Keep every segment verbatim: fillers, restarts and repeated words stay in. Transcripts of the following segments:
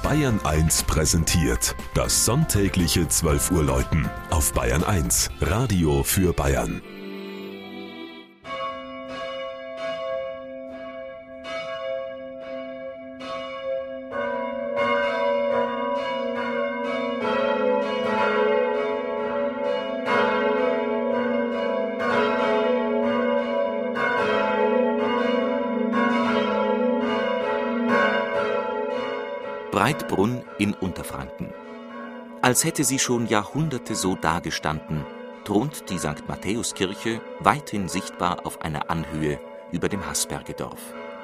Bayern eins präsentiert das sonntägliche zwölf Uhr Läuten auf Bayern eins, Radio für Bayern. Breitbrunn in Unterfranken. Als hätte sie schon Jahrhunderte so dagestanden, thront die Sankt Matthäuskirche weithin sichtbar auf einer Anhöhe über dem Haßbergedorf.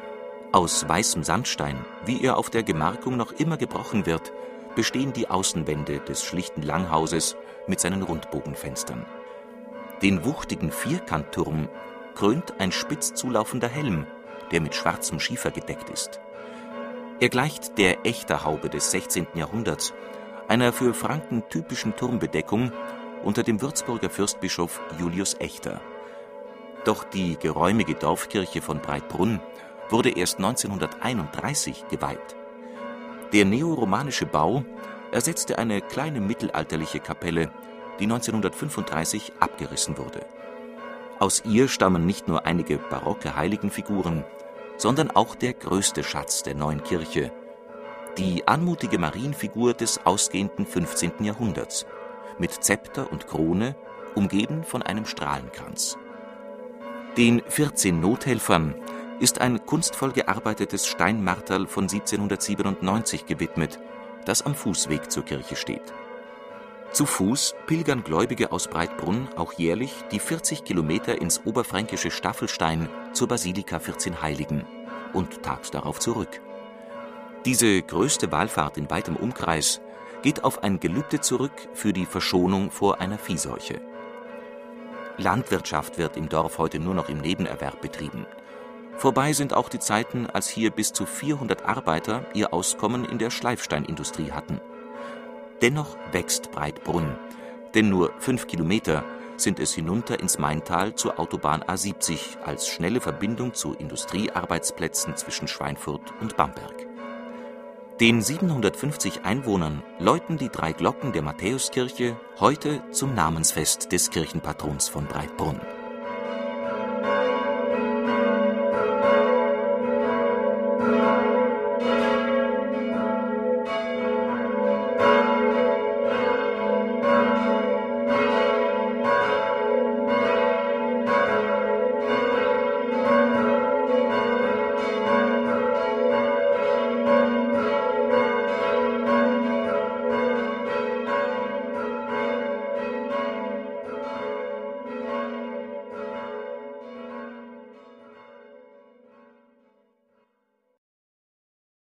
Aus weißem Sandstein, wie er auf der Gemarkung noch immer gebrochen wird, bestehen die Außenwände des schlichten Langhauses mit seinen Rundbogenfenstern. Den wuchtigen Vierkantturm krönt ein spitz zulaufender Helm, der mit schwarzem Schiefer gedeckt ist. Er gleicht der Echterhaube des sechzehnten Jahrhunderts, einer für Franken typischen Turmbedeckung unter dem Würzburger Fürstbischof Julius Echter. Doch die geräumige Dorfkirche von Breitbrunn wurde erst neunzehnhunderteinunddreißig geweiht. Der neoromanische Bau ersetzte eine kleine mittelalterliche Kapelle, die neunzehnhundertfünfunddreißig abgerissen wurde. Aus ihr stammen nicht nur einige barocke Heiligenfiguren, sondern auch der größte Schatz der neuen Kirche, die anmutige Marienfigur des ausgehenden fünfzehnten Jahrhunderts, mit Zepter und Krone, umgeben von einem Strahlenkranz. Den vierzehn Nothelfern ist ein kunstvoll gearbeitetes Steinmarterl von siebzehnhundertsiebenundneunzig gewidmet, das am Fußweg zur Kirche steht. Zu Fuß pilgern Gläubige aus Breitbrunn auch jährlich die vierzig Kilometer ins oberfränkische Staffelstein zur Basilika vierzehn Heiligen und tags darauf zurück. Diese größte Wallfahrt in weitem Umkreis geht auf ein Gelübde zurück für die Verschonung vor einer Viehseuche. Landwirtschaft wird im Dorf heute nur noch im Nebenerwerb betrieben. Vorbei sind auch die Zeiten, als hier bis zu vierhundert Arbeiter ihr Auskommen in der Schleifsteinindustrie hatten. Dennoch wächst Breitbrunn, denn nur fünf Kilometer sind es hinunter ins Maintal zur Autobahn A siebzig als schnelle Verbindung zu Industriearbeitsplätzen zwischen Schweinfurt und Bamberg. Den siebenhundertfünfzig Einwohnern läuten die drei Glocken der Matthäuskirche heute zum Namensfest des Kirchenpatrons von Breitbrunn.